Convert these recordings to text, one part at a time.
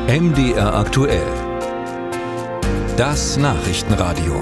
MDR aktuell. Das Nachrichtenradio.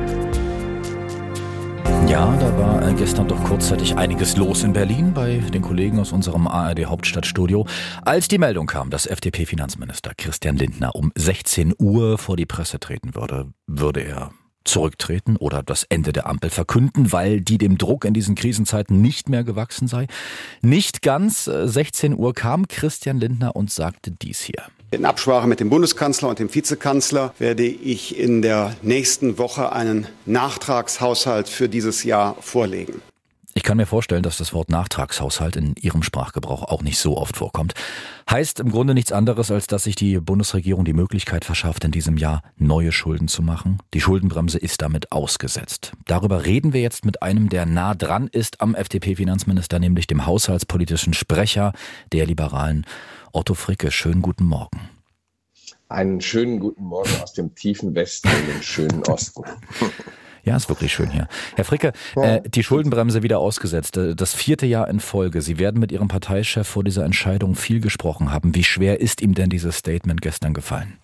Ja, da war gestern doch kurzzeitig einiges los in Berlin bei den Kollegen aus unserem ARD-Hauptstadtstudio, als die Meldung kam, dass FDP-Finanzminister Christian Lindner um 16 Uhr vor die Presse treten würde. Würde er zurücktreten oder das Ende der Ampel verkünden, weil die dem Druck in diesen Krisenzeiten nicht mehr gewachsen sei? Nicht ganz. 16 Uhr kam Christian Lindner und sagte dies hier. In Absprache mit dem Bundeskanzler und dem Vizekanzler werde ich in der nächsten Woche einen Nachtragshaushalt für dieses Jahr vorlegen. Ich kann mir vorstellen, dass das Wort Nachtragshaushalt in Ihrem Sprachgebrauch auch nicht so oft vorkommt. Heißt im Grunde nichts anderes, als dass sich die Bundesregierung die Möglichkeit verschafft, in diesem Jahr neue Schulden zu machen. Die Schuldenbremse ist damit ausgesetzt. Darüber reden wir jetzt mit einem, der nah dran ist am FDP-Finanzminister, nämlich dem haushaltspolitischen Sprecher der Liberalen, Otto Fricke. Schönen guten Morgen. Einen schönen guten Morgen aus dem tiefen Westen in den schönen Osten. Ja, ist wirklich schön hier. Herr Fricke, die Schuldenbremse wieder ausgesetzt. Das 4. Jahr in Folge. Sie werden mit Ihrem Parteichef vor dieser Entscheidung viel gesprochen haben. Wie schwer ist ihm denn dieses Statement gestern gefallen?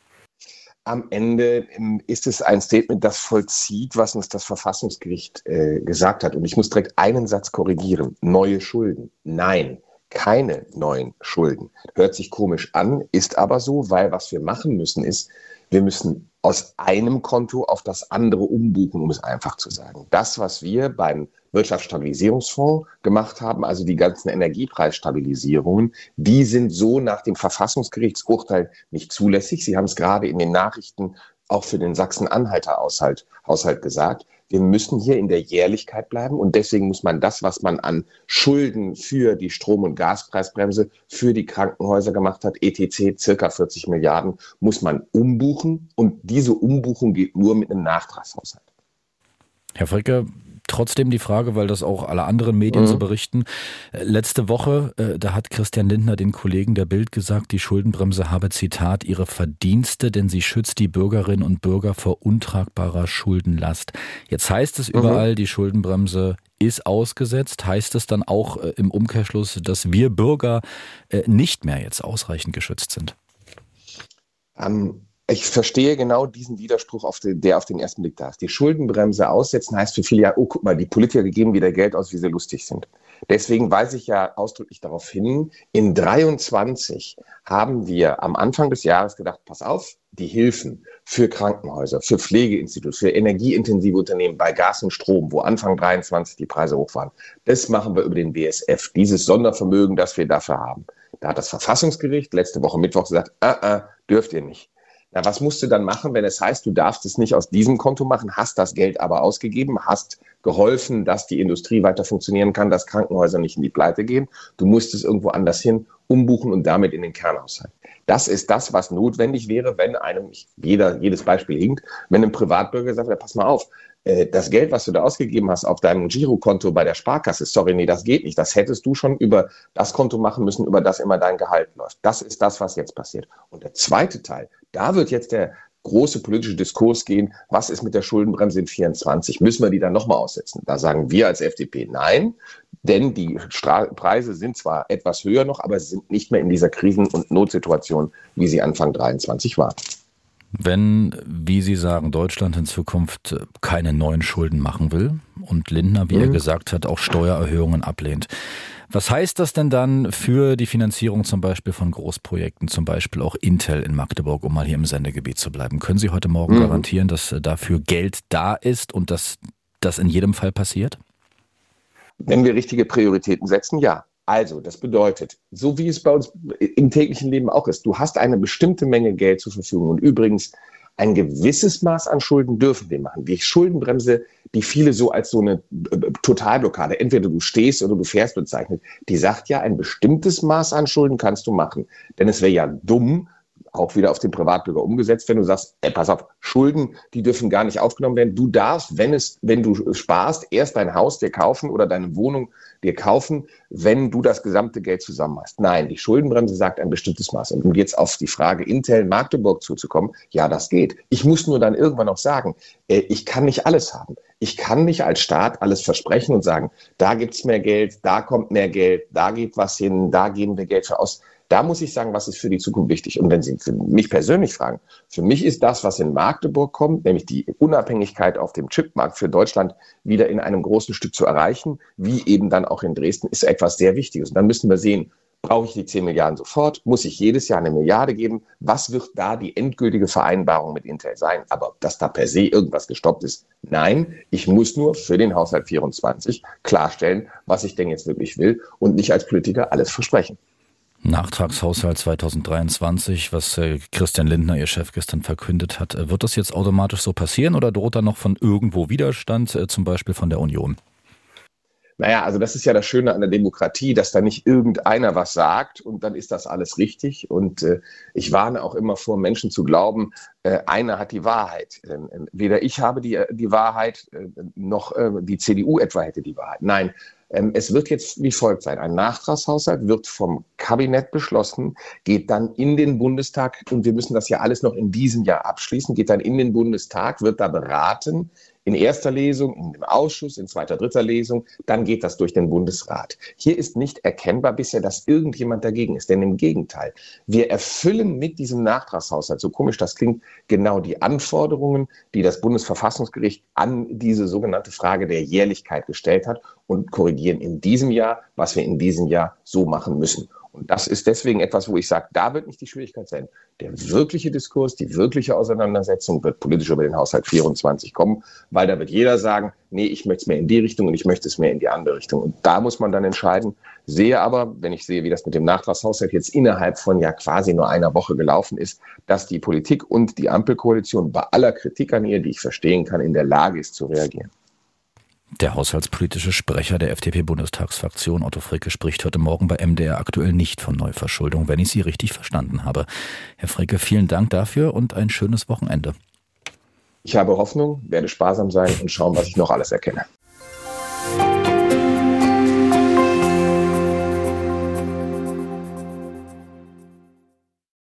Am Ende ist es ein Statement, das vollzieht, was uns das Verfassungsgericht gesagt hat. Und ich muss direkt einen Satz korrigieren. Neue Schulden. Nein. Keine neuen Schulden. Hört sich komisch an, ist aber so, weil was wir machen müssen ist, wir müssen aus einem Konto auf das andere umbuchen, um es einfach zu sagen. Das, was wir beim Wirtschaftsstabilisierungsfonds gemacht haben, also die ganzen Energiepreisstabilisierungen, die sind so nach dem Verfassungsgerichtsurteil nicht zulässig. Sie haben es gerade in den Nachrichten auch für den Sachsen-Anhalter-Haushalt gesagt. Wir müssen hier in der Jährlichkeit bleiben und deswegen muss man das, was man an Schulden für die Strom- und Gaspreisbremse, für die Krankenhäuser gemacht hat, etc., circa 40 Milliarden, muss man umbuchen und diese Umbuchung geht nur mit einem Nachtragshaushalt. Herr Fricke, trotzdem die Frage, weil das auch alle anderen Medien so berichten. Letzte Woche, da hat Christian Lindner den Kollegen der Bild gesagt, die Schuldenbremse habe, Zitat, ihre Verdienste, denn sie schützt die Bürgerinnen und Bürger vor untragbarer Schuldenlast. Jetzt heißt es überall, die Schuldenbremse ist ausgesetzt. Heißt es dann auch im Umkehrschluss, dass wir Bürger nicht mehr jetzt ausreichend geschützt sind? Ich verstehe genau diesen Widerspruch, der auf den ersten Blick da ist. Die Schuldenbremse aussetzen heißt für viele Jahre, oh, guck mal, die Politiker geben wieder Geld aus, wie sie lustig sind. Deswegen weise ich ja ausdrücklich darauf hin, in 23 haben wir am Anfang des Jahres gedacht, pass auf, die Hilfen für Krankenhäuser, für Pflegeinstitute, für energieintensive Unternehmen bei Gas und Strom, wo Anfang 23 die Preise hoch waren, das machen wir über den BSF, dieses Sondervermögen, das wir dafür haben. Da hat das Verfassungsgericht letzte Woche Mittwoch gesagt, dürft ihr nicht. Na, was musst du dann machen, wenn es heißt, du darfst es nicht aus diesem Konto machen, hast das Geld aber ausgegeben, hast geholfen, dass die Industrie weiter funktionieren kann, dass Krankenhäuser nicht in die Pleite gehen. Du musst es irgendwo anders hin umbuchen und damit in den Kernhaushalt. Das ist das, was notwendig wäre, wenn jedes Beispiel hinkt, wenn ein Privatbürger sagt, ja, pass mal auf, das Geld, was du da ausgegeben hast auf deinem Girokonto bei der Sparkasse, sorry, nee, das geht nicht. Das hättest du schon über das Konto machen müssen, über das immer dein Gehalt läuft. Das ist das, was jetzt passiert. Und der zweite Teil, da wird jetzt der große politische Diskurs gehen, was ist mit der Schuldenbremse in 24? Müssen wir die dann nochmal aussetzen? Da sagen wir als FDP nein, denn die Preise sind zwar etwas höher noch, aber sie sind nicht mehr in dieser Krisen- und Notsituation, wie sie Anfang 23 waren. Wenn, wie Sie sagen, Deutschland in Zukunft keine neuen Schulden machen will und Lindner, wie er gesagt hat, auch Steuererhöhungen ablehnt, was heißt das denn dann für die Finanzierung zum Beispiel von Großprojekten, zum Beispiel auch Intel in Magdeburg, um mal hier im Sendegebiet zu bleiben? Können Sie heute Morgen garantieren, dass dafür Geld da ist und dass das in jedem Fall passiert? Wenn wir richtige Prioritäten setzen, ja. Also, das bedeutet, so wie es bei uns im täglichen Leben auch ist, du hast eine bestimmte Menge Geld zur Verfügung und übrigens ein gewisses Maß an Schulden dürfen wir machen. Die Schuldenbremse, die viele so als so eine Totalblockade, entweder du stehst oder du fährst bezeichnet, die sagt ja, ein bestimmtes Maß an Schulden kannst du machen. Denn es wäre ja dumm, auch wieder auf den Privatbürger umgesetzt, wenn du sagst, pass auf, Schulden, die dürfen gar nicht aufgenommen werden. Du darfst, wenn du sparst, erst dein Haus dir kaufen oder deine Wohnung dir kaufen, wenn du das gesamte Geld zusammen hast. Nein, die Schuldenbremse sagt ein bestimmtes Maß. Und um jetzt auf die Frage Intel Magdeburg zuzukommen, ja, das geht. Ich muss nur dann irgendwann noch sagen, ich kann nicht alles haben. Ich kann nicht als Staat alles versprechen und sagen, da gibt's mehr Geld, da kommt mehr Geld, da geht was hin, da geben wir Geld für aus. Da muss ich sagen, was ist für die Zukunft wichtig? Und wenn Sie mich persönlich fragen, für mich ist das, was in Magdeburg kommt, nämlich die Unabhängigkeit auf dem Chipmarkt für Deutschland wieder in einem großen Stück zu erreichen, wie eben dann auch in Dresden, ist etwas sehr Wichtiges. Und dann müssen wir sehen, brauche ich die 10 Milliarden sofort? Muss ich jedes Jahr 1 Milliarde geben? Was wird da die endgültige Vereinbarung mit Intel sein? Aber dass da per se irgendwas gestoppt ist, nein. Ich muss nur für den Haushalt 24 klarstellen, was ich denn jetzt wirklich will und nicht als Politiker alles versprechen. Nachtragshaushalt 2023, was Christian Lindner, Ihr Chef, gestern verkündet hat. Wird das jetzt automatisch so passieren oder droht da noch von irgendwo Widerstand, zum Beispiel von der Union? Naja, also das ist ja das Schöne an der Demokratie, dass da nicht irgendeiner was sagt und dann ist das alles richtig. Und ich warne auch immer vor, Menschen zu glauben, einer hat die Wahrheit. Weder ich habe die Wahrheit, noch die CDU etwa hätte die Wahrheit. Nein, es wird jetzt wie folgt sein. Ein Nachtragshaushalt wird vom Kabinett beschlossen, geht dann in den Bundestag und wir müssen das ja alles noch in diesem Jahr abschließen, geht dann in den Bundestag, wird da beraten, in erster Lesung, in dem Ausschuss, in zweiter, dritter Lesung, dann geht das durch den Bundesrat. Hier ist nicht erkennbar bisher, dass irgendjemand dagegen ist, denn im Gegenteil, wir erfüllen mit diesem Nachtragshaushalt, so komisch das klingt, genau die Anforderungen, die das Bundesverfassungsgericht an diese sogenannte Frage der Jährlichkeit gestellt hat und korrigieren in diesem Jahr, was wir in diesem Jahr so machen müssen. Und das ist deswegen etwas, wo ich sage, da wird nicht die Schwierigkeit sein. Der wirkliche Diskurs, die wirkliche Auseinandersetzung wird politisch über den Haushalt 24 kommen, weil da wird jeder sagen, nee, ich möchte es mehr in die Richtung und ich möchte es mehr in die andere Richtung. Und da muss man dann entscheiden. Sehe aber, wenn ich sehe, wie das mit dem Nachtragshaushalt jetzt innerhalb von ja quasi nur einer Woche gelaufen ist, dass die Politik und die Ampelkoalition bei aller Kritik an ihr, die ich verstehen kann, in der Lage ist zu reagieren. Der haushaltspolitische Sprecher der FDP-Bundestagsfraktion, Otto Fricke, spricht heute Morgen bei MDR aktuell nicht von Neuverschuldung, wenn ich Sie richtig verstanden habe. Herr Fricke, vielen Dank dafür und ein schönes Wochenende. Ich habe Hoffnung, werde sparsam sein und schauen, was ich noch alles erkenne.